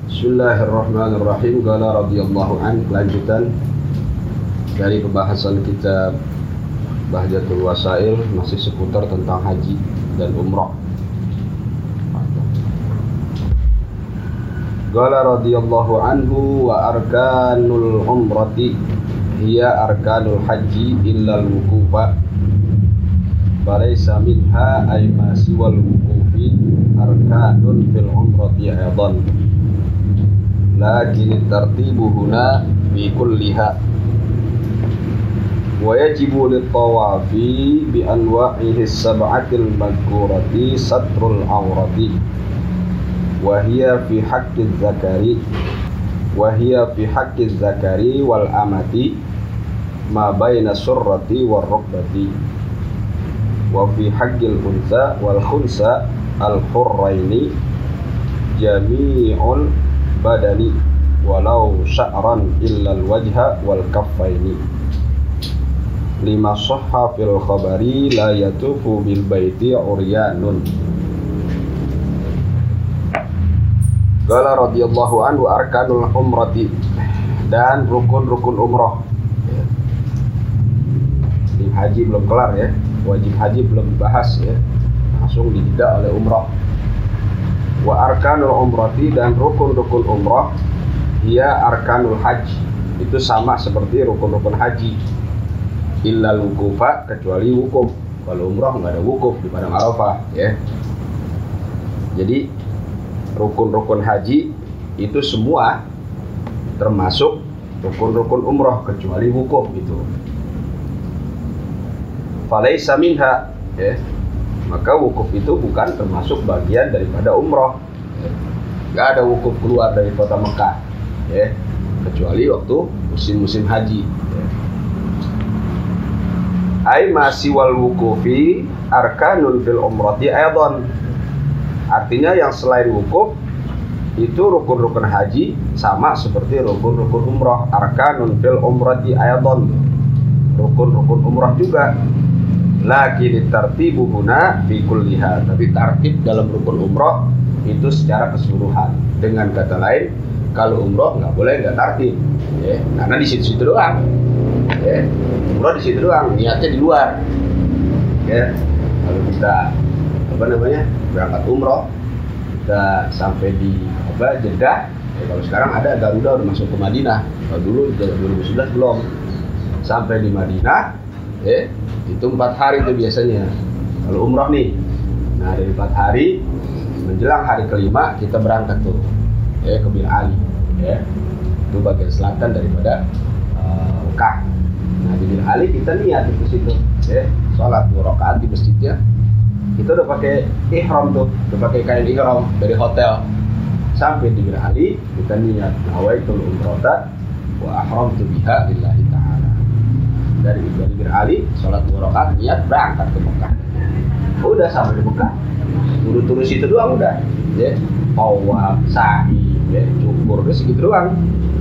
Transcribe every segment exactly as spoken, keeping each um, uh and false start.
Bismillahirrahmanirrahim. Qala radhiyallahu an, lanjutan dari pembahasan kitab Bahjatul Wasail, masih seputar tentang haji dan umrah. Qala radhiyallahu anhu wa arkanul umrati hiya arkanul haji illa al-wuqufa falaysa minha ay ma siwal wuqufi arkanun fil umrati aidan lakin tartibu huna bi kulliha wa yajibu lit-tawafi bi anwa'ihi sab'atil madhkurati satrul awrati wa hiya fi haqqi zakari wa hiya fi haqqi zakari wal amati ma baina surrati war rukbati wa fi haqqil unsa wal khunsa al hurraini jami'ul badani walau sya'ran illa al wajha wal kaffaini lima sahha fil khabari la yatufu bil baiti uryanun. Qala radhiyallahu anhu arkanul umrati, dan rukun-rukun umrah. Ini haji belum kelar ya, wajib haji belum dibahas ya, langsung dijeda oleh umrah. Wa arkanul umrati, dan rukun-rukun umrah, ia arkanul haji, itu sama seperti rukun-rukun haji. Illal wukufa, kecuali wukuf. Kalau umrah nggak ada wukuf di padang Arafah ya. Jadi rukun-rukun haji itu semua termasuk rukun-rukun umrah kecuali wukuf itu. Falaysa minha ya. Maka wukuf itu bukan termasuk bagian daripada umrah. Gak ada wukuf keluar dari kota Mekah ya, kecuali waktu musim-musim haji ya. Ai masih wal wukufi arkanun fil umrati aidan. Artinya yang selain wukuf itu rukun-rukun haji sama seperti rukun-rukun umrah. Arkanun fil umrati aidan, rukun-rukun umrah juga. Lakin tartibu huna fi kulliha, tapi tartib dalam rukun umrah itu secara keseluruhan. Dengan kata lain, kalau umrah nggak boleh nggak tartib ya, karena di situ-situ doang ya. Umrah di situ doang, niatnya di luar ya. Kalau kita apa namanya berangkat umrah, kita sampai di apa Jeddah ya, kalau sekarang ada Garuda udah masuk ke Madinah, kalau dulu dua ribu sebelas belum. Sampai di Madinah ya, itu empat hari itu biasanya kalau umrah nih. Nah dari empat hari menjelang hari kelima kita berangkat tuh ya ke Bir Ali ya, itu bagian selatan daripada uh, Mekah. Nah di Bir Ali kita niat di situ ya, sholat dua rakaat di masjidnya. Kita udah pakai ihram tuh, udah pakai kain ihram dari hotel. Sampai di Bir Ali kita niat nawaitul umrata wa ahramtu biha lillahi ta'ala. Dari dari Bir Ali sholat dua rakaat niat berangkat ke Mekah. Udah sampai di Mekah, turun-turun situ doang udah ya, tawaf, sa'i ya, cukur udah segitu doang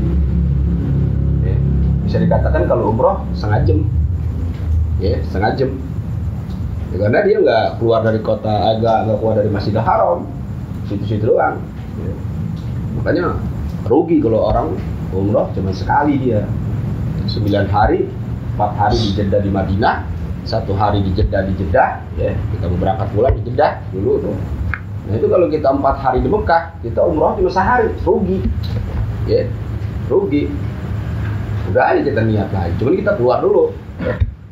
ya. Bisa dikatakan kalau umroh setengah jam ya, setengah jam ya, karena dia nggak keluar dari kota, agak nggak keluar dari Masjidil Haram, situ-situ doang ya. Makanya rugi kalau orang umroh cuma sekali, dia sembilan hari, empat hari di Jeddah di Madinah, satu hari di Jeddah di Jeddah ya, kita mau berangkat pulang di Jeddah dulu tuh. Nah itu kalau kita empat hari di Mekah, kita umroh cuma sehari, rugi ya, rugi. Udah aja kita niat lagi, cuman kita keluar dulu ya.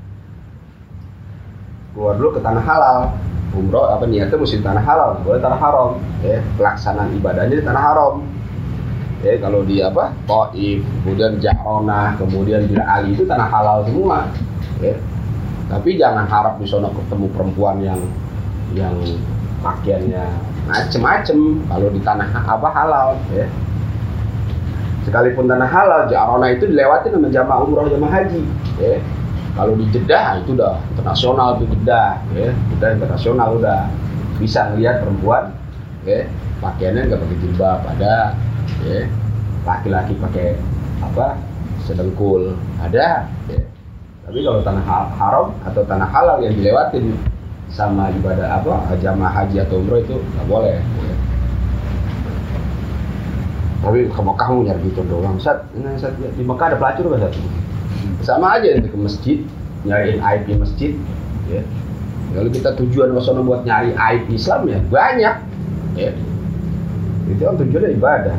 Keluar dulu ke tanah halal. Umroh apa niatnya mesti tanah halal, boleh tanah haram ya, pelaksanaan ibadahnya di tanah haram ya. Kalau di apa Thaif, kemudian Ja'ronah, kemudian Bir Ali itu tanah halal semua ya. Tapi jangan harap di sana ketemu perempuan yang yang pakaiannya macem-macem. Kalau di tanah apa halal ya, sekalipun tanah halal, Ja'ronah itu dilewati sama jamaah umroh jamaah haji ya. Kalau di Jeddah itu udah internasional tuh Jeddah ya, udah internasional, udah bisa ngelihat perempuan ya, pakaiannya nggak pakai jilbab, ada ya, laki-laki pakai apa sedengkul ada ya. Tapi kalau tanah haram atau tanah halal yang dilewatin sama ibadah apa jamaah haji atau umroh itu nggak boleh ya. Tapi ke Mekah mau nyari gitu doang. Ustaz, ini Ustaz, di Mekah ada pelacur nggak Ustaz? Sama aja nanti ke masjid, nyariin I P masjid, ya. Kalau kita tujuan ke sana buat nyari I P Islam ya banyak, ya. Itu kan tujuannya ibadah.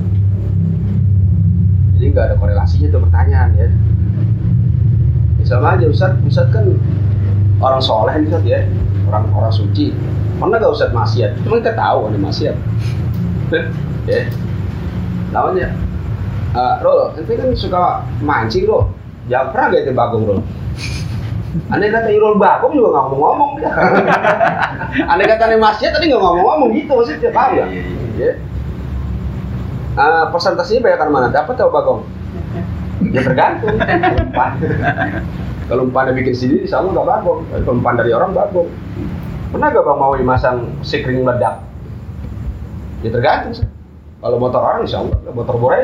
Jadi nggak ada korelasinya tuh pertanyaan ya. Ya sama aja Ustaz, Ustaz kan orang soleh Ustaz ya, orang orang suci. Pernah nggak Ustaz maksiat? Cuma kita tahu ada maksiat. Ya. Lawannya, uh, Rol, ente kan suka mancing Rol. Jangan pernah gak itu bagong Rol. Andai kata Irul Bagong juga nggak ngomong-ngomong dia. Andai kata nih maksiat tadi nggak ngomong-ngomong gitu maksudnya, paham nggak? Ya. Uh, persentasinya banyak mana? Dapat atau Bagong? Ya tergantung. Umpan. Kalau umpannya bikin sendiri, insya Allah nggak Bagong. Kalau umpan dari orang Bagong. Pernah gak Bang mau dimasang sikring meledak? Ya tergantung sih. Kalau motor orang insya Allah, motor borel.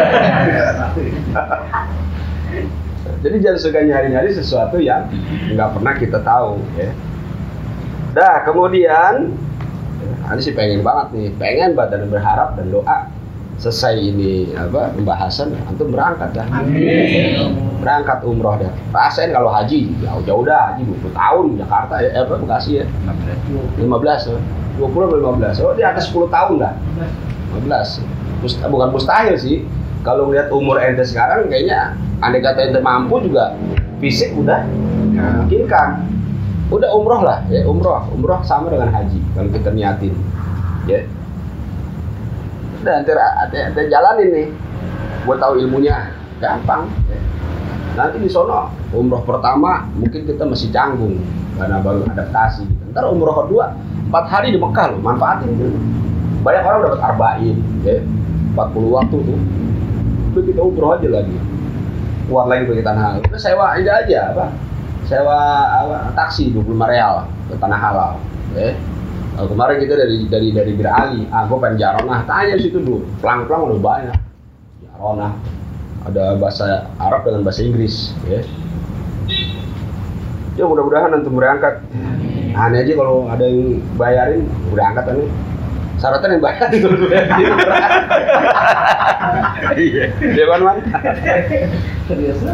Jadi jangan suka nyari-nyari sesuatu yang nggak pernah kita tahu ya. Dah kemudian, ini sih pengen banget nih, pengen banget dan berharap dan doa selesai ini apa pembahasan, antum berangkat dah. Amin. Berangkat umroh dah. Rasain kalau haji, jauh-jauh dah haji dua puluh tahun Jakarta ya, eh, apa Bekasi ya. lima belas dua puluh atau lima belas. Oh di atas sepuluh tahun dah. lima belas. Must, bukan mustahil sih. Kalau lihat umur ente sekarang kayaknya andai kata ente mampu juga fisik udah memungkinkan. Udah umroh lah ya, umroh. Umroh sama dengan haji kalau kita niatin. Ya. Udah ente, ente, ente jalanin nih. Buat tahu ilmunya gampang ya. Nanti di sono umroh pertama mungkin kita masih canggung karena baru adaptasi. Ntar umroh kedua empat hari di Mekah loh, manfaatin gitu. Banyak orang dapat arba'in, ya, empat puluh waktu tuh. Itu kita umroh aja lagi. Keluar lagi ke tanah halal. Udah sewa aja aja apa? Sewa apa, taksi dua puluh lima real ke tanah halal. Ya. Nah, kemarin kita dari dari dari Bir Ali, ah gue pengen Jaronah, tanya situ dulu. Pelang-pelang udah banyak. Jaronah. Ada bahasa Arab dengan bahasa Inggris, ya. Ya mudah-mudahan nanti berangkat. Aneh aja kalau ada yang bayarin berangkat aneh. Syaratnya yang bayar itu dulu ya. Iya. Dewan man. Biasa.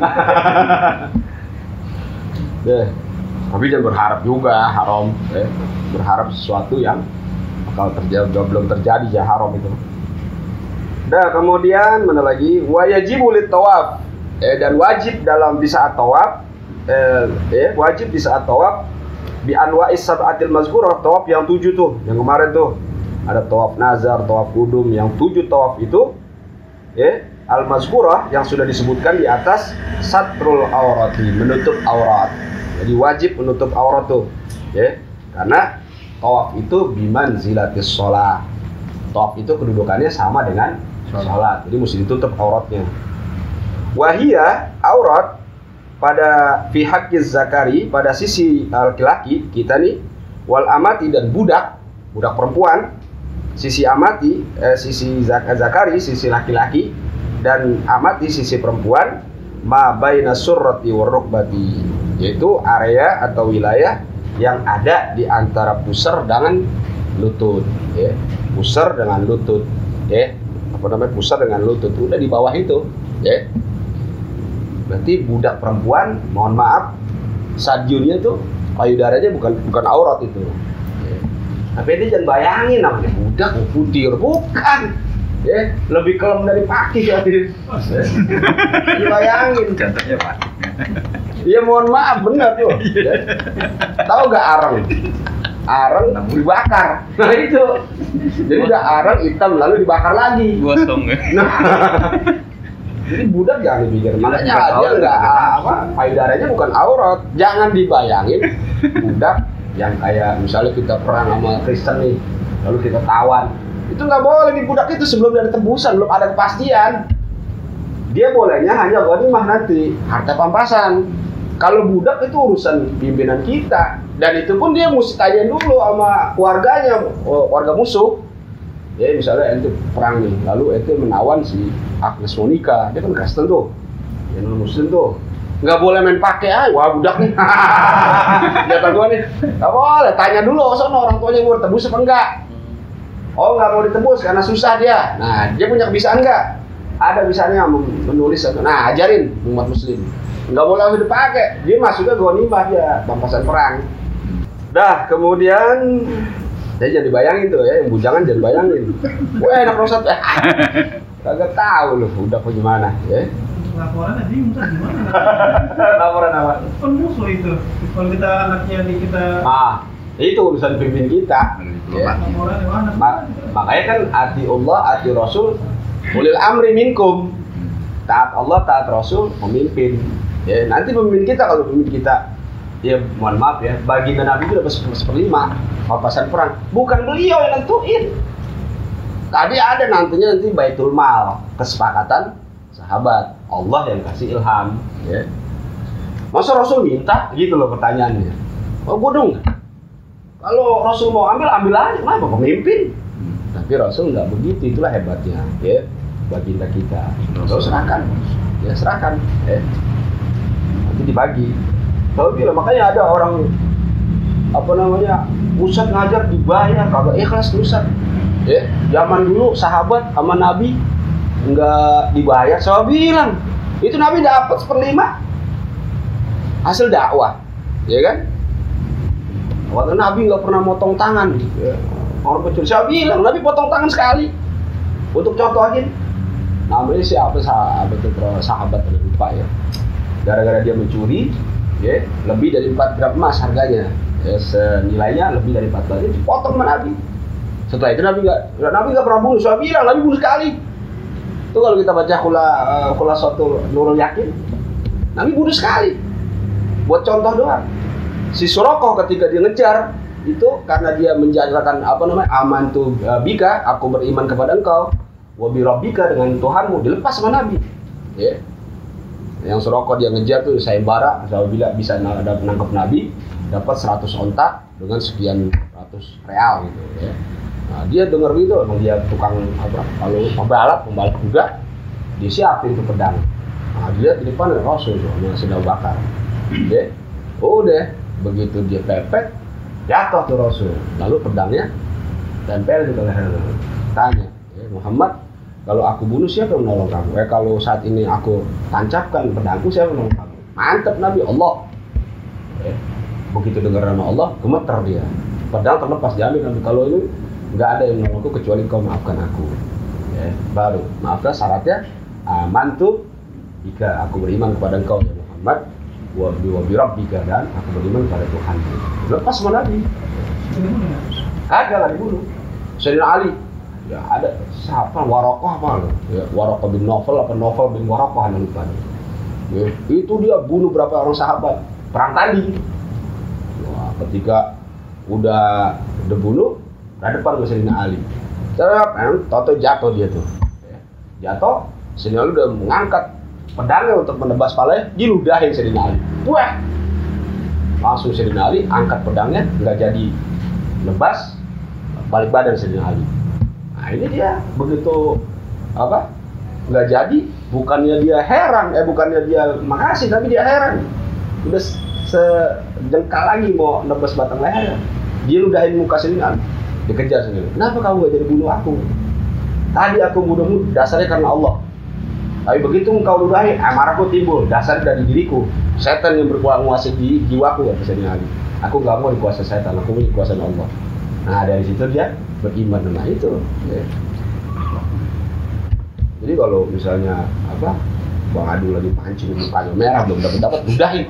Deh. Tapi jangan berharap juga haram, ya. Berharap sesuatu yang bakal terjadi, belum terjadi ya haram itu. Nah, kemudian mana lagi? Wa yajibu lit tawaf. Eh, dan wajib dalam di saat tawaf eh, eh wajib di saat tawaf bi anwa'is sab'atil mazkurah, tawaf yang tujuh tuh, yang kemarin tuh. Ada tawaf nazar, tawaf kudum, yang tujuh tawaf itu ya, al-mazkurah yang sudah disebutkan di atas, satrul aurati, menutup aurat. Jadi wajib menutup aurat tuh, ya. Karena tawaf itu bimanzilatis shalah. Tawaf itu kedudukannya sama dengan salat. Jadi mesti ditutup auratnya. Wahia aurat pada fi haqqiz zakari, pada sisi laki-laki kita nih, wal amati dan budak, budak perempuan. Sisi amati, eh, sisi zak- zakari, sisi laki-laki, dan amati sisi perempuan, ma baina surrati wa rukbati, yaitu area atau wilayah yang ada di antara pusar dengan lutut, ya. Pusar dengan lutut, ya. Apa namanya, pusar dengan lutut, udah di bawah itu, ya. Berarti budak perempuan, mohon maaf, sadjunnya tuh payudaranya bukan bukan aurat itu. Ya. Tapi ini jangan bayangin namanya budak budir, bukan. Ya, lebih kelem dari paki ya. Bayangin contohnya Pak. Iya mohon maaf benar tuh. Ya. Tahu nggak areng? Areng dibakar. Nah itu. Jadi udah areng hitam lalu dibakar lagi. Gosong. Nah, jadi budak jangan dipikir. Makanya dia nggak apa, payudaranya bukan aurat. Jangan dibayangin budak yang kayak misalnya kita perang sama Kristen nih, lalu kita tawan. Itu nggak boleh di budak itu sebelum ada tembusan, belum ada kepastian. Dia bolehnya hanya ghanimah nanti, harta pampasan. Kalau budak itu urusan pimpinan kita, dan itu pun dia mesti tanya dulu sama keluarganya, warga musuh. Ya misalnya ente perang nih, lalu ente menawan si Agnes Monica, dia kan Kristen tuh, ya non Muslim tuh, nggak boleh main pakai, ah wah budak nih. Dia tahu nih, nggak boleh, tanya dulu sono orang tuanya mau tebus apa enggak. Oh nggak mau ditebus karena susah dia. Nah dia punya kebiasaan nggak? Ada bisanya menulis. Nah ajarin umat muslim. Nggak boleh langsung dipakai. Dia masuknya ghanimah dia, pampasan perang. Dah kemudian, jadi jangan dibayangin tuh ya, yang bujangan jangan bayangin. Wah enak Ustaz. Kagak tahu loh, udah apa gimana ya? Laporan tadi Ustaz gimana? Laporan apa? Kan musuh itu. Kalau kita anaknya di kita. Ah. Itu urusan pimpin kita. Ya. Ma- makanya kan ati Allah, ati Rasul, ulil amri minkum. Taat Allah, taat Rasul, pemimpin. Ya, nanti pemimpin kita kalau pemimpin kita, ya mohon maaf ya, baginda Nabi itu dapat seperlima pampasan perang. Bukan beliau yang nentuin. Tadi ada nantinya nanti baitul mal, kesepakatan sahabat. Allah yang kasih ilham. Ya. Masa Rasul minta? Gitu loh pertanyaannya. Oh bodoh nggak? Kalau Rasul mau ambil, ambil aja, kenapa pemimpin? Hmm. Tapi Rasul nggak begitu, itulah hebatnya, ya, baginda kita. Rasul serahkan, ya serahkan, ya. Nanti dibagi. Kalau bilang makanya ada orang apa namanya, Ustaz ngajar dibayar, kagak ikhlas Ustaz. Ya, zaman dulu sahabat sama Nabi nggak dibayar, saya bilang itu Nabi dapat seperlima hasil dakwah, ya kan? Waktu Nabi nggak pernah motong tangan, ya. Orang pencuri. Saya bilang Nabi potong tangan sekali untuk contohin. Namanya siapa sahabat itu sahabat lupa ya. Gara-gara dia mencuri, ya lebih dari empat gram emas harganya, ya, senilainya lebih dari empat gram, dipotong sama Nabi. Setelah itu Nabi nggak, Nabi nggak pernah bunuh. Saya bilang Nabi bunuh sekali. Itu kalau kita baca kula kula suatu Nurul Yakin, Nabi bunuh sekali. Buat contoh doang. Si Surakoh ketika dia ngejar itu karena dia menjalankan apa namanya amantu bika, aku beriman kepada engkau, wa bi rabbika, dengan Tuhanmu, dilepas sama Nabi. Ya. Yang Surakoh dia ngejar tuh sayembara, saya bilang bisa nangkep Nabi, dapat seratus onta dengan sekian ratus real gitu ya. Nah, dia dengar gitu, emang dia tukang apa kalau pembalap, pembalap juga disiapin tuh pedang. Nah, dia di depan Rasul yang sedang bakar. Ya. Udah begitu dia pepet, jatuh tuh Rasul. Lalu pedangnya tempel di leher. Tanya, eh, Muhammad, kalau aku bunuh siapa yang menolong kamu? Eh kalau saat ini aku tancapkan pedangku, siapa yang menolong kamu? Mantap Nabi, Allah. Eh, begitu dengar nama Allah, gemeter dia. Pedang terlepas, jamin Nabi, kalau ini nggak ada yang menolongku kecuali kau maafkan aku. Eh, baru maafkan syaratnya, amantu jika aku beriman kepada engkau ya Muhammad, wa bi rabbika, dan aku beriman pada Tuhan. Lepas sama Nabi. Kagak lah dibunuh. Sayyidina Ali. Ya ada siapa Waraqah apa ya, Waraqah bin Nawfal apa Nawfal bin Waraqah lupa. Ya, itu dia bunuh berapa orang sahabat perang tadi. Wah, ketika udah udah bunuh, ada depan ke Sayyidina Ali. Terus toto jatuh dia tuh. Ya, jatuh, Sayyidina Ali udah mengangkat pedangnya untuk menebas palanya, diludahin Sayyidina Ali. Wah, langsung Sayyidina Ali angkat pedangnya, nggak jadi lebas, balik badan Sayyidina Ali. Nah ini dia begitu apa? Nggak jadi, bukannya dia heran, eh bukannya dia makasih, tapi dia heran. Udah sejengkal lagi mau nebas batang leher, dia ludahin muka Sayyidina Ali, dikejar Sayyidina Ali. Kenapa kamu nggak jadi bunuh aku? Tadi aku bunuhmu dasarnya karena Allah. Tapi begitu engkau ludahi, amarahku timbul, dasar dari diriku. Setan yang berkuasa di jiwaku, ya Sayyidina Ali. Aku nggak mau dikuasai setan, aku mau dikuasai Allah. Nah dari situ dia beriman dengan itu. Ya. Jadi kalau misalnya apa, Bang Adu lagi pancing mukanya merah, belum dapat dapat, ludahin.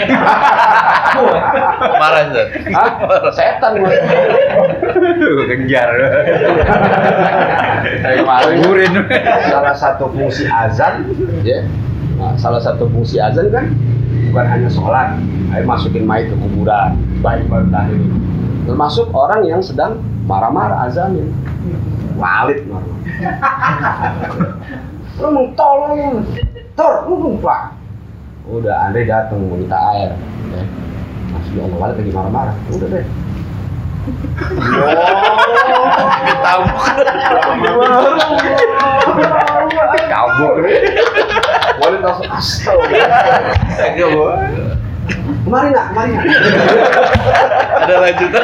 Marah Zat. Hah? Setan gue. Gue kejar. Kayak kemarin salah satu fungsi azan, ya. Nah, salah satu fungsi azan kan bukan hanya sholat, ayo masukin mayit ke kuburan, baik baru tahir. Termasuk orang yang sedang marah-marah azanin, walit marah. Lu mau tolong, tor, lu lupa. Udah Andre datang mau minta air, ya. Masih Allah walit lagi marah-marah, udah deh. Tahu. Kabur. Walit langsung astagfirullah. Kemari nak, kemari nak. Ada lanjutan.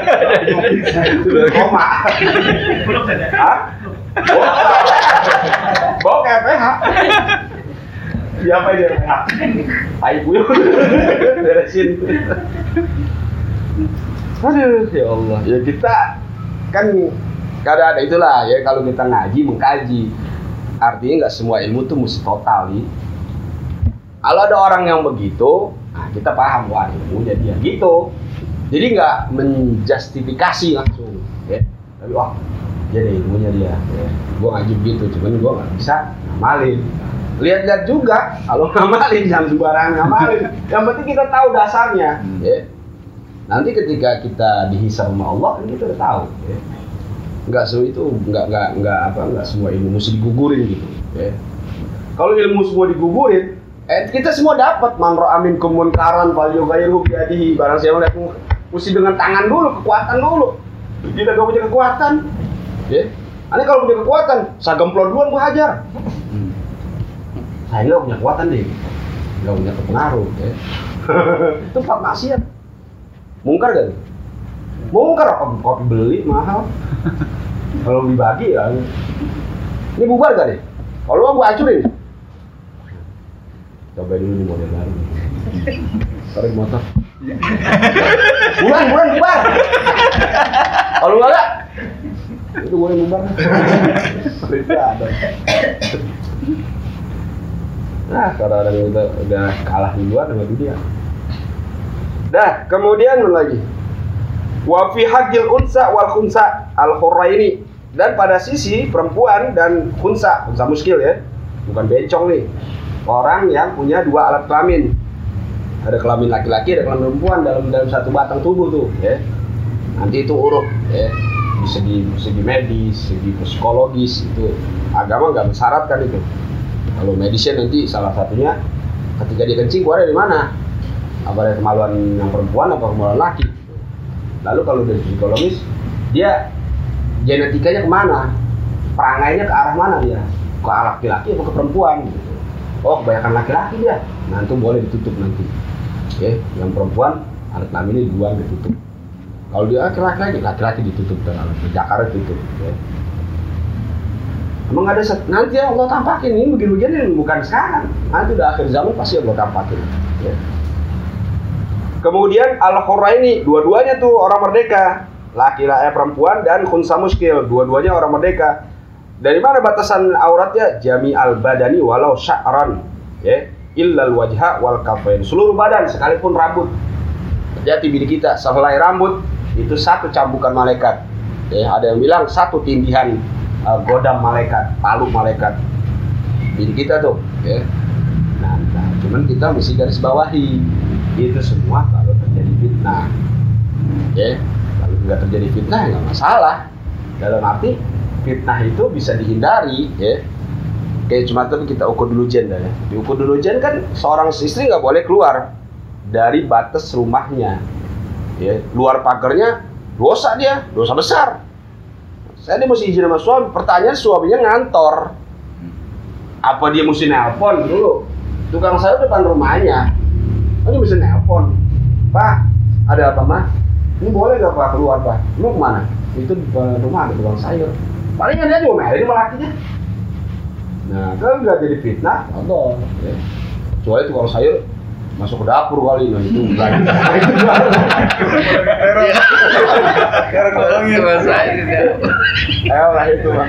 Koma. Belum ada. Hah? Bawa kayak P H. Siapa dia P H? Tai buyut. Beresin. Aduh, ya Allah. Ya kita kan kadang ada itulah ya, kalau kita ngaji mengkaji. Artinya nggak semua ilmu tuh mesti total nih. Kalau ada orang yang begitu, nah kita paham wah ilmunya dia gitu. Jadi nggak menjustifikasi langsung, ya. Tapi wah dia ada ilmunya dia. Ya. Gua ngaji begitu, cuman gua nggak bisa ngamalin. Lihat-lihat juga, kalau ngamalin jangan sembarangan ngamalin. Yang penting kita tahu dasarnya. Ya. Nanti ketika kita dihisab sama Allah, kita udah tahu. Ya. Nggak semua itu, nggak nggak nggak apa nggak semua ilmu mesti digugurin gitu. Ya. Kalau ilmu semua digugurin, eh kita semua dapat man ra'a minkum munkaran falyughayyirhu bi yadihi. Barang siapa lihat mesti dengan tangan dulu, kekuatan dulu. Kita gak punya kekuatan. Ya. Ini kalau punya kekuatan, saya gemplot duluan gua hajar. Hmm. Saya nggak punya kekuatan deh. Nggak punya pengaruh, ya. Itu empat maksiat. Mungkar gak nih? Mungkar apa kopi beli mahal. Kalau dibagi ya. Ini bubar gak nih? Kalau gua hancurin. Coba dulu nih model baru. Tarik motor. Bulan, bulan, bubar. Kalau enggak, itu boleh bubar. Itu ada. Nah, kalau orang udah, udah kalah duluan sama dunia. Dah, kemudian lagi. Wa fi haqqil unsa wal khunsa al-khurraini. Dan pada sisi perempuan dan khunsa, khunsa muskil ya. Bukan bencong nih. Orang yang punya dua alat kelamin, ada kelamin laki-laki, ada kelamin perempuan dalam dalam satu batang tubuh tuh, ya. Nanti itu urut, ya. Di segi segi medis, segi psikologis itu agama nggak mensyaratkan itu. Kalau medisnya nanti salah satunya ketika dia kencing keluar dari mana? Apa dari kemaluan yang perempuan atau kemaluan laki? Lalu kalau dari psikologis, dia genetikanya kemana? Perangainya ke arah mana dia? Ke arah laki-laki atau ke perempuan? Gitu. Oh, kebanyakan laki-laki dia. Nah, itu boleh ditutup nanti. Oke, yang perempuan alat kelaminnya di luar ditutup. Kalau dia laki-laki, laki-laki ditutup dan alat jakarta ditutup. Ya. Emang ada set, nanti ya Allah tampakin ini begini-begini bukan sekarang. Nanti udah akhir zaman pasti Allah tampakin. Ya. Kemudian al-khurraini, dua-duanya tuh orang merdeka, laki-laki perempuan dan khunsa muskil, dua-duanya orang merdeka. Dari mana batasan auratnya? Jami al-badani walau sya'ran, ya, illal wajha wal kafain. Seluruh badan sekalipun rambut. Hati-hati bini kita, sehelai rambut itu satu cambukan malaikat. Ya, ada yang bilang satu tindihan uh, godam malaikat, palu malaikat. Bini kita tuh, ya. Nah, nah, cuman kita mesti garis bawahi. Itu semua kalau terjadi fitnah. Ya, kalau nggak terjadi fitnah nggak masalah. Dalam arti fitnah itu bisa dihindari, ya. Kayak cuma tuh kita ukur dulu jen dah ya. Diukur dulu jen kan seorang istri nggak boleh keluar dari batas rumahnya, ya. Luar pagarnya dosa dia, dosa besar. Saya dia mesti izin sama suami. Pertanyaan suaminya ngantor. Apa dia mesti nelpon dulu? Tukang sayur depan rumahnya. Oh, dia mesti nelpon. Pak, ada apa mah? Ini boleh gak Pak keluar Pak? Lu kemana? Itu di rumah ada tukang sayur. Palingnya dia juga merin sama lakinya. Nah, kalau nggak jadi fitnah, Allah. Ya. Kecuali tukang sayur masuk ke dapur kali, nah itu bukan. Sekarang ngomongin saya tidak. Ayo lah itu Pak.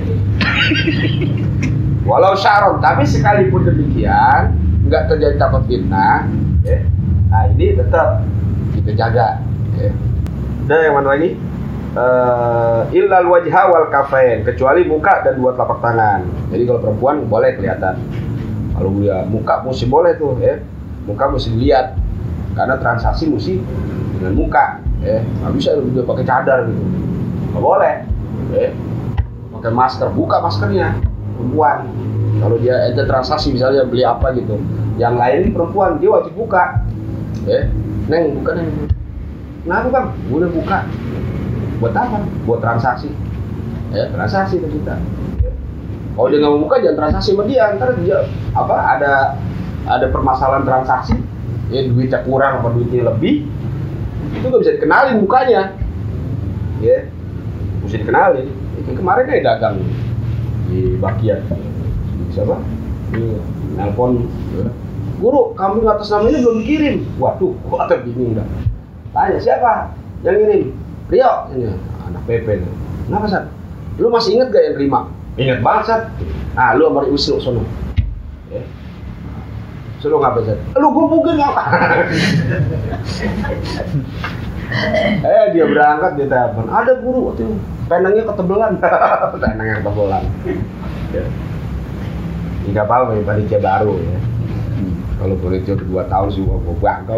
Walau syaron, tapi sekalipun demikian, nggak terjadi takut fitnah, ya. Nah ini tetap kita jaga. Ya. Dan yang mana lagi? Uh, illal wajha wal kafain, kecuali muka dan dua telapak tangan. Jadi kalau perempuan boleh kelihatan. Kalau dia muka mesti boleh tuh, ya. Muka mesti dilihat. Karena transaksi mesti dengan muka, ya. Nggak bisa dia pakai cadar gitu. Nggak boleh. Ya. Pakai masker, buka maskernya. Perempuan. Kalau dia ada transaksi misalnya beli apa gitu. Yang lain perempuan dia wajib buka. Ya. Neng, buka neng. Kenapa bang? Boleh buka. Buat apa? Buat transaksi. Ya, transaksi ke kita. Ya. Kalau dia nggak mau buka, jangan transaksi sama dia. Ntar dia apa? Ada ada permasalahan transaksi, ya duitnya kurang apa duitnya lebih, itu nggak bisa dikenalin mukanya, ya, mesti dikenalin. Ini kemarin kayak dagang di Bakian, siapa? Ini nelpon, guru, kamu atas nama ini belum dikirim. Waduh, kok ada bingung dah. Tanya siapa yang ngirim? Rio, ini anak P P. Kenapa Sat? Lu masih inget gak yang terima? Ingat banget Sat. Nah, lu sama Uslu sono. Ya. Suruh ngapain Sat? Lu gue mungkin ngapa? eh dia berangkat dia telepon. Ada guru waktu itu penangnya ketebelan. Penangnya ketebelan. Ya. Enggak apa-apa, panitia baru ya. Kalau panitia udah dua tahun juga gue bangkal.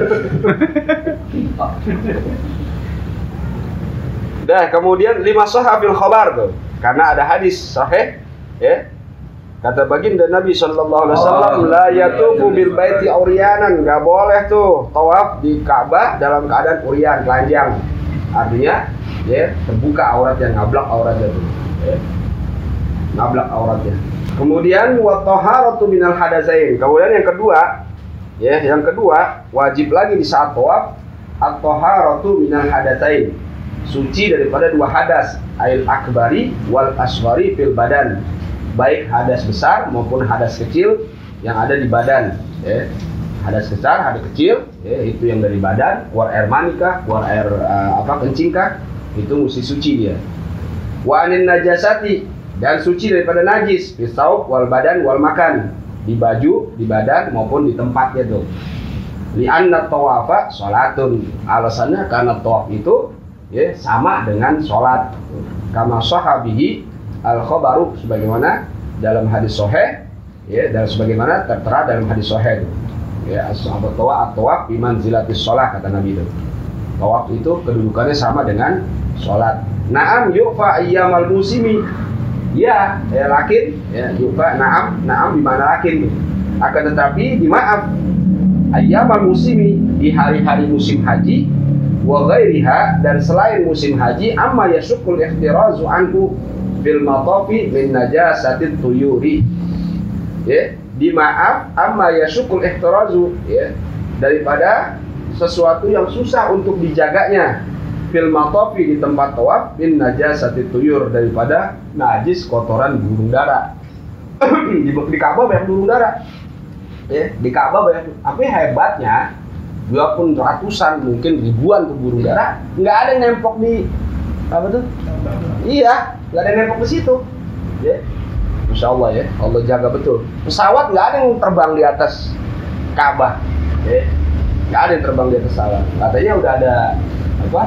Dah, kemudian lima sahabil khabar tuh. Karena ada hadis sahih ya. Kata baginda Nabi sallallahu alaihi wasallam, la yatufu bil baiti uryanan, enggak boleh tuh tawaf di Ka'bah dalam keadaan uryan, telanjang. Artinya ya, terbuka auratnya, ngablak auratnya tuh. Ya. Ngablak auratnya. Kemudian wa taharatu minal hadatsain. Kemudian yang kedua, ya, yang kedua wajib lagi di saat tawaf at-taharatu minal hadatsain. Suci daripada dua hadas, ail akbari wal asghari fil badan. Baik hadas besar maupun hadas kecil yang ada di badan, ya. Hadas besar, hadas kecil, ya, itu yang dari badan, keluar air mani kah, keluar air uh, apa kencing kah, itu mesti suci dia. Wa anin najasati, dan suci daripada najis, fisauq wal badan wal makan, di baju, di badan maupun di tempatnya tuh. Li anna tawafa salatun, alasannya karena tawaf itu ya sama dengan salat. Kama sahabihi al-khabaru, sebagaimana dalam hadis sahih, ya, dan sebagaimana tertera dalam hadis sahih, ya, as-sahabat tawaf at-tawaf bi manzilatis shalah, kata Nabi itu. Tawaf itu kedudukannya sama dengan salat. Na'am yufa ayyamal musimi, ya, ya lakin, ya, yufa na'am, na'am di mana lakin. Akan tetapi dimaaf ayyamal musimi, di hari-hari musim haji, wa ghairiha, dan selain musim haji, amma yasukul ikhtirazu anhu bil matafi min najasatit tuyuri, ya, dimaaf amma yasukul ihtirazu, ya, daripada sesuatu yang susah untuk dijaganya, fil matafi, di tempat tawaf, min najasatit tuyur, daripada najis kotoran burung dara. di, di Ka'bah banyak burung dara, ya, di Ka'bah banyak. Tapi hebatnya, walaupun ratusan, mungkin ribuan tuh burung dara, nggak ada yang nempok di apa tuh? Iya, nggak ada yang nempok di situ. Ya, Masya Allah ya, Allah jaga betul. Pesawat nggak ada yang terbang di atas Ka'bah, ya, nggak ada yang terbang di atas pesawat. Katanya udah ada apa?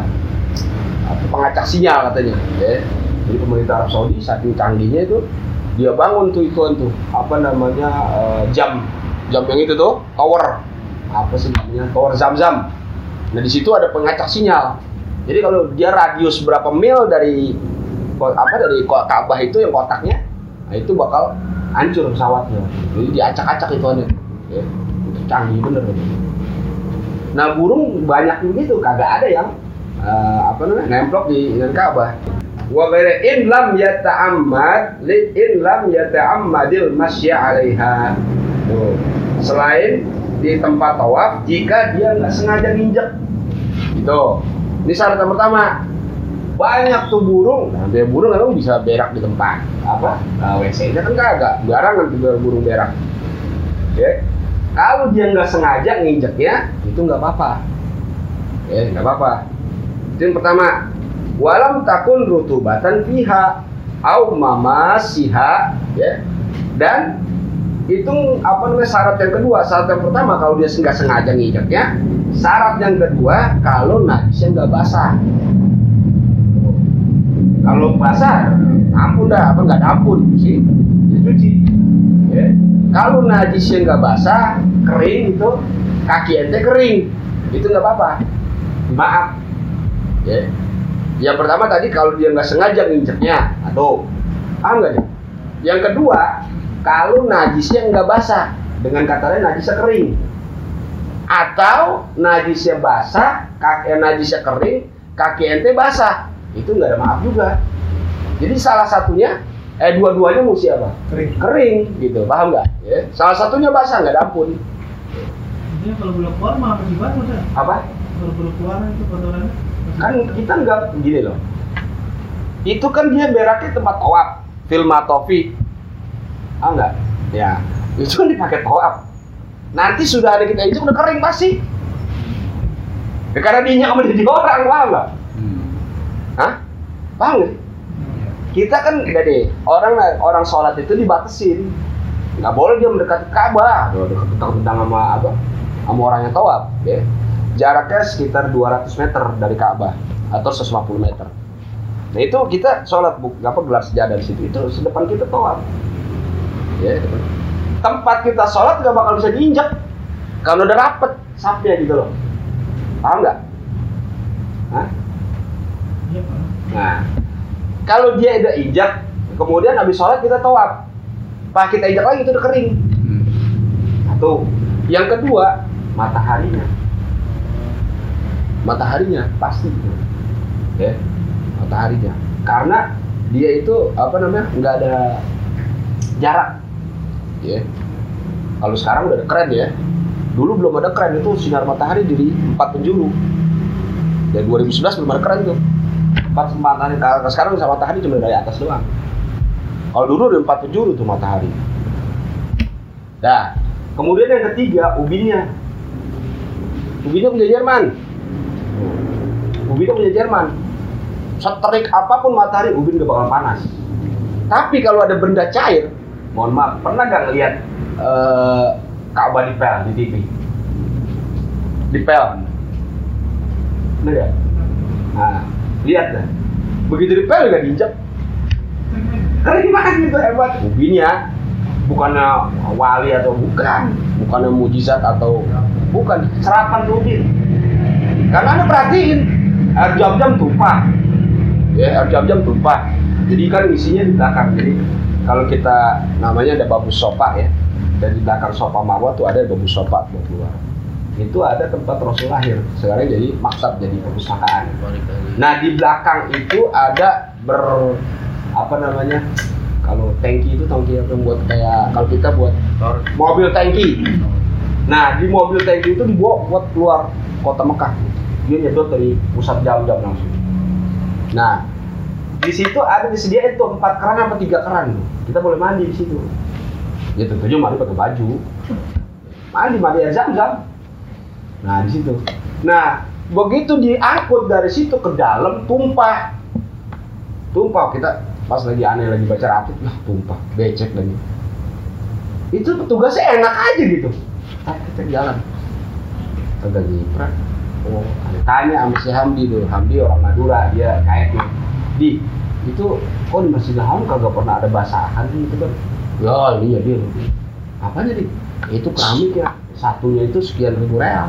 apa pengacak sinyal katanya. Ya, jadi pemerintah Arab Saudi saking canggihnya itu, dia bangun tuh ituan tuh, apa namanya uh, jam, jam yang itu tuh, tower. Apa sih namanya, tower Zam-Zam. Nah di situ ada pengacak sinyal. Jadi kalau dia radius berapa mil dari apa dari Ka'bah itu yang kotaknya, nah itu bakal hancur pesawatnya. Jadi diacak-acak itu aja. Ya, itu canggih bener. Nah burung banyak begitu, kagak ada yang uh, apa namanya nemplok di dengan Ka'bah. Wa ghairi in lam yata'ammad li in lam yata'ammadil masya 'alaiha. Tuh. Selain di tempat tawaf, jika dia nggak sengaja nginjek, gitu. Ini syarat yang pertama. Banyak tuh burung, nah dia burung emang bisa berak di tempat apa? Nah, W C-nya kan kagak, barangan tuh burung berak. Ya, kalau dia nggak sengaja nginjeknya, itu nggak apa-apa. Ya, nggak apa-apa. Itu yang pertama. Walam takun rutubatan fiha au mamasiha, ya. Dan itu apa namanya syarat yang kedua. Syarat yang pertama kalau dia nggak sengaja nginjeknya. Syarat yang kedua kalau najisnya nggak basah. Kalau basah, ampun dah, apa nggak ada ampun sih, dicuci. Ya. Kalau najisnya nggak basah, kering itu, kaki ente kering, itu nggak apa-apa. Maaf. Ya. Yang pertama tadi kalau dia nggak sengaja nginjeknya, atau paham nggak nih? Yang kedua, kalau najisnya nggak basah, dengan kata lain najisnya kering, atau najisnya basah, kaki najisnya kering, kaki ente basah, itu nggak ada maaf juga. Jadi salah satunya, eh dua-duanya mesti apa? Kering, kering, gitu, paham nggak? Ya. Salah satunya basah nggak ada ampun. Ini kalau belum keluar malah musibah udah. Apa? Kalau belum keluar itu kotorannya. Kan kita nggak gini loh. Itu kan dia beraknya tempat tawaf, filmatofi. Ah enggak? Ya, itu kan dipakai tawaf. Nanti sudah ada kita injak udah kering pasti. Ya, karena dia nyaman jadi orang, paham nggak? Hmm. Hah? Paham nggak? Kita kan udah deh, orang orang sholat itu dibatasin. Nggak boleh dia mendekati Ka'bah. Tentang sama apa? Sama orang yang tawaf, ya. Jaraknya sekitar dua ratus meter dari Ka'bah atau seratus lima puluh meter. Nah itu kita sholat bu, apa gelar sejadah di situ. Itu sedepan kita tawaf. Ya, tempat kita sholat nggak bakal bisa diinjak kalau udah rapet sapnya gitu loh. Paham nggak? Hah? Iya, Pak. Nah, kalau dia udah injak, kemudian habis sholat kita tawaf, pas kita injak lagi itu udah kering. Satu. Yang kedua, mataharinya. Mataharinya pasti gitu. Ya, mataharinya. Karena dia itu apa namanya? Nggak ada jarak. Ya. Kalau sekarang udah ada keren ya. Dulu belum ada keren, itu sinar matahari di empat penjuru. Dan dua ribu sebelas belum ada keren tuh. Empat matahari. Kalau sekarang bisa matahari cuma dari atas doang. Kalau dulu ada empat penjuru tuh matahari. Nah, kemudian yang ketiga ubinnya. Ubinnya punya Jerman. Ubinnya punya Jerman. Seterik apapun matahari, ubin gak bakal panas. Tapi kalau ada benda cair, mohon maaf, pernah gak ngeliat uh, Ka'bah dipel di T V? Dipel. Bener ya? Nah, lihat dah. Begitu dipel juga diinjak. Keren banget gitu, hebat. Ubinnya bukannya wali atau bukan, bukannya mujizat atau bukan, serapan ubin. Karena Anda perhatiin, air jam-jam tumpah. Ya, air jam-jam tumpah. Jadi kan isinya di belakang. Jadi kalau kita namanya ada babu sopa ya. Dan di belakang sopa marwah tuh ada babu sopa buat keluar. Itu ada tempat Rasul lahir. Sekarang jadi maksad, jadi perpustakaan. Nah di belakang itu ada ber apa namanya? Kalau tangki itu tangki yang buat kayak kalau kita buat mobil tangki. Nah di mobil tangki itu dibawa buat keluar kota Mekah. Dia nyedot dari pusat jam-jam langsung. Nah di situ ada disediain tuh empat keran apa tiga keran. Kita boleh mandi di situ. Ya tentunya mandi pakai baju. Mandi mandi air zam-zam. Nah di situ. Nah begitu diangkut dari situ ke dalam tumpah. Tumpah kita pas lagi aneh lagi baca rapid, lah tumpah, becek lagi. Itu petugasnya enak aja gitu. Tapi kita jalan. Kagak nyiprat. Oh, ada tanya sama si Hamdi tuh. Hamdi orang Madura, dia kayaknya. Di itu kok di Masjidil Haram kagak pernah ada basahan gitu kan? Ya ini ya dia. Apanya di? Itu keramik ya. Satunya itu sekian ribu real.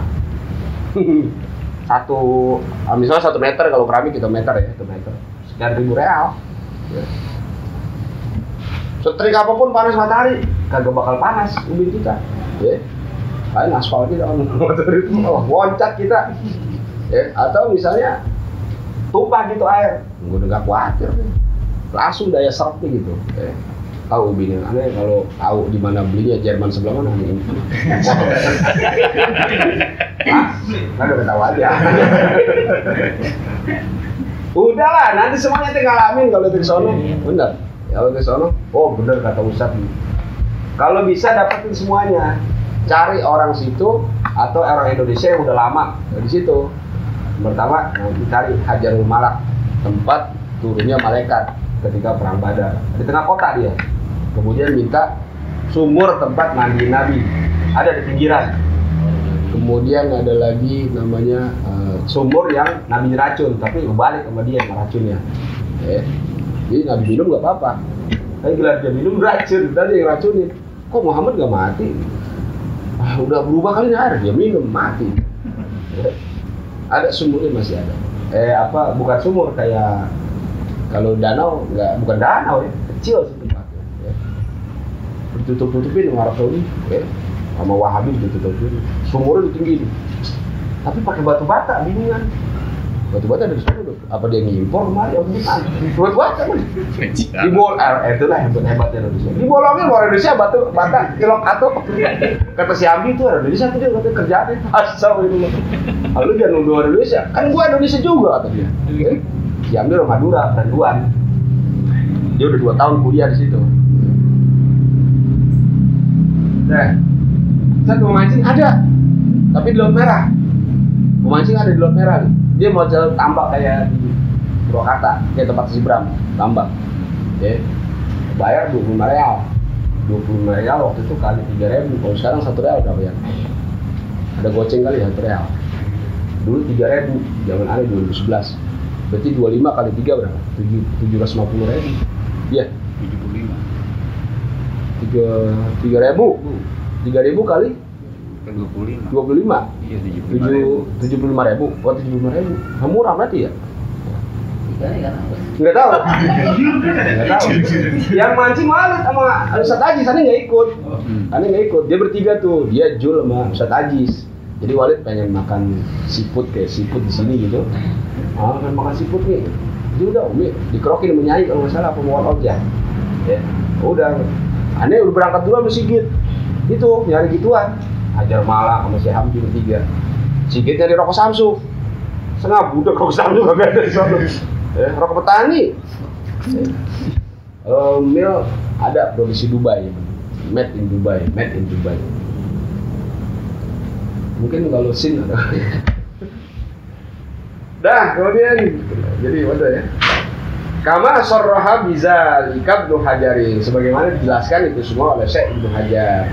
Satu, misalnya satu meter kalau keramik kita meter ya, satu meter. Sekian ribu real. Ya. Setrik apapun panas matahari, kagak bakal panas ubin kita. Ya. Kayak aspal kita kan motor itu, oh, loncat kita. Ya. Atau misalnya tumpah gitu air, gue udah gak khawatir nih. Langsung daya serapnya gitu. Eh, tahu ubinnya, aneh kalau tahu di mana belinya Jerman sebelah mana nih. Hah? Kan udah tahu aja. Udahlah, nanti semuanya tinggal ngalamin kalau di sono. Bener. Kalau di sono, oh bener kata Ustadz. Kalau bisa dapetin semuanya. Cari orang situ atau orang Indonesia yang udah lama di situ. Pertama, nanti cari Hajarul Malak, tempat turunnya malaikat ketika perang Badar. Di tengah kota dia. Kemudian minta sumur tempat mandi Nabi, ada di pinggiran. Kemudian ada lagi namanya uh, sumur yang Nabi racun, tapi kebalik sama dia yang racunnya. Eh, jadi Nabi minum nggak apa-apa. Tapi gelar dia minum racun, dan dia yang racunin. Kok Muhammad nggak mati? Ah, udah berubah kali air, dia minum mati. Eh, ada sumurnya masih ada. Eh apa? Bukan sumur kayak kalau danau nggak, bukan danau ya, kecil sih tempatnya. Ya. Ditutup-tutupin sama Arab Saudi, ya. Sama Wahabi ditutup-tutupin. Sumurnya ditinggiin. Tapi pakai batu bata, bingungan. Batu-bata dari sana tuh. Apa dia ngimpor kemarin? Apa bukan? Buat-buat kan? Di bol, eh, itulah hebat hebatnya Indonesia. Dibolongin orang Indonesia batu bata kilok atau kata si Ambi itu orang Indonesia tuh dia kata kerjaan itu asal itu. Lalu dia nuduh orang Indonesia. Kan gua Indonesia juga kata dia. Si Ambi orang Madura, Randuan. Dia udah dua tahun kuliah di situ. Nah, saya mau mancing ada, tapi di Laut Merah. Mau mancing ada di Laut Merah nih. Dia mau jalan tambak kayak di Purwakarta, kayak tempat si Bram, tambak. Oke, bayar dua puluh lima real. dua puluh lima real waktu itu kali tiga ribu. Kalau sekarang satu real berapa ya? Ada goceng kali satu real. Dulu tiga ribu, zaman ada dua ribu sebelas. Berarti dua puluh lima kali tiga berapa? tujuh ratus lima puluh ribu. Iya. tujuh puluh lima. tiga ribu. tiga ribu kali dua puluh lima. dua puluh lima. Iya, tujuh puluh lima ribu. tujuh puluh lima ribu. Oh, tujuh puluh lima ribu. Nah, murah berarti ya? Nggak tahu. Nggak tahu. Yang mancing malah sama Ustaz Ajis, Ane nggak ikut. Ane nggak ikut. Dia bertiga tuh. Dia Jul sama Ustaz Ajis. Jadi Walid pengen makan seafood kayak seafood di sini gitu. Ah, pengen makan seafood nih. Jadi udah Umi dikerokin sama Nyai kalau nggak salah apa mau aja. Ya, udah. Ane udah berangkat dulu sama Sigit. Itu nyari gituan. Hajar Malak sama si Hamdi bertiga. Sigit nyari rokok Samsu. Setengah budak rokok Samsu kagak ada di sana. Eh, rokok petani. Eh, Mil ada produksi Dubai. Made in Dubai, made in Dubai. Mungkin kalau Sin ada. Dah, kemudian jadi wadah ya. Kama sarraha bizalika Ibnu Hajarin, sebagaimana dijelaskan itu semua oleh Syekh Ibnu Hajar.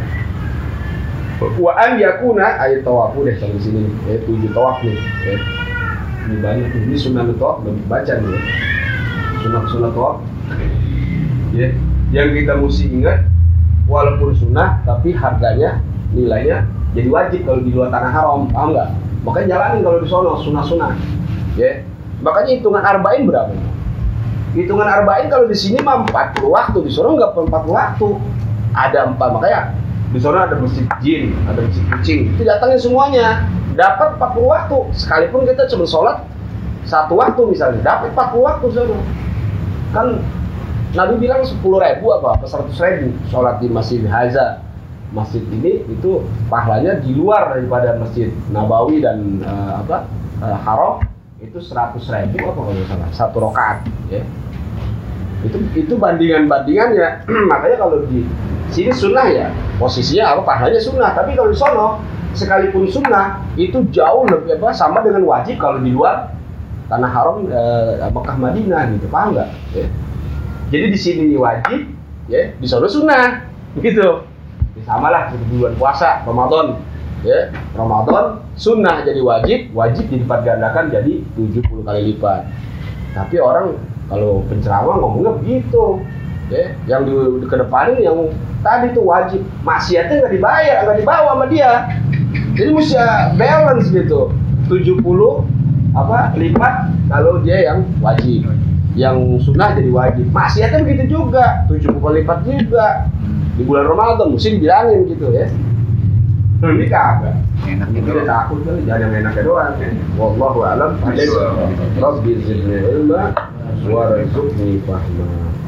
Wa an yakuna ayat tawafu deh sampai sini, ya tujuh tawaf nih. Ya. Ini banyak nih, ini sunnah tawaf belum dibaca nih ya. Sunnah-sunnah tawaf. Ya, yang kita mesti ingat walaupun sunnah tapi harganya, nilainya jadi wajib kalau di luar tanah haram, paham nggak? Makanya jalanin kalau di sono sunnah-sunnah. Ya. Makanya hitungan arba'in berapa? Hitungan arba'in kalau di sini mah empat puluh waktu, di sono nggak empat puluh waktu. Ada empat, makanya di sana ada masjid jin, ada masjid kucing. Itu datangin semuanya, dapat empat puluh waktu. Sekalipun kita cuma sholat satu waktu misalnya, dapat empat puluh waktu sana. Kan Nabi bilang sepuluh ribu apa, apa seratus ribu sholat di Masjid Haza. Masjid ini itu pahalanya di luar daripada Masjid Nabawi dan uh, apa uh, Haram itu seratus ribu apa kalau nggak salah satu rakaat. Ya. Itu itu bandingan-bandingannya. Makanya kalau di sini sunnah ya, posisinya apa pahalanya sunnah, tapi kalau di sono sekalipun sunnah itu jauh lebih apa sama dengan wajib kalau di luar tanah haram eh, Mekah Madinah gitu, paham nggak? Ya. Jadi di sini wajib, ya di sono sunnah, begitu. Ya, sama lah seperti bulan puasa Ramadan, ya Ramadan sunnah jadi wajib, wajib dilipat gandakan jadi tujuh puluh kali lipat. Tapi orang kalau penceramah ngomongnya begitu. Ya, yang di, di kedepanin yang tadi tuh wajib, maksiatnya nggak dibayar, nggak dibawa sama dia. Jadi mesti balance gitu, tujuh puluh apa lipat kalau dia yang wajib, yang sunnah jadi wajib. Maksiatnya begitu juga, tujuh puluh lipat juga. Di bulan Ramadan mesti dibilangin gitu ya. Ini kagak. Enak Ini gitu. kita takut kali, jangan yang enaknya doang. Wallahu a'lam. Rabbi zidni ilma warzuqni fahma.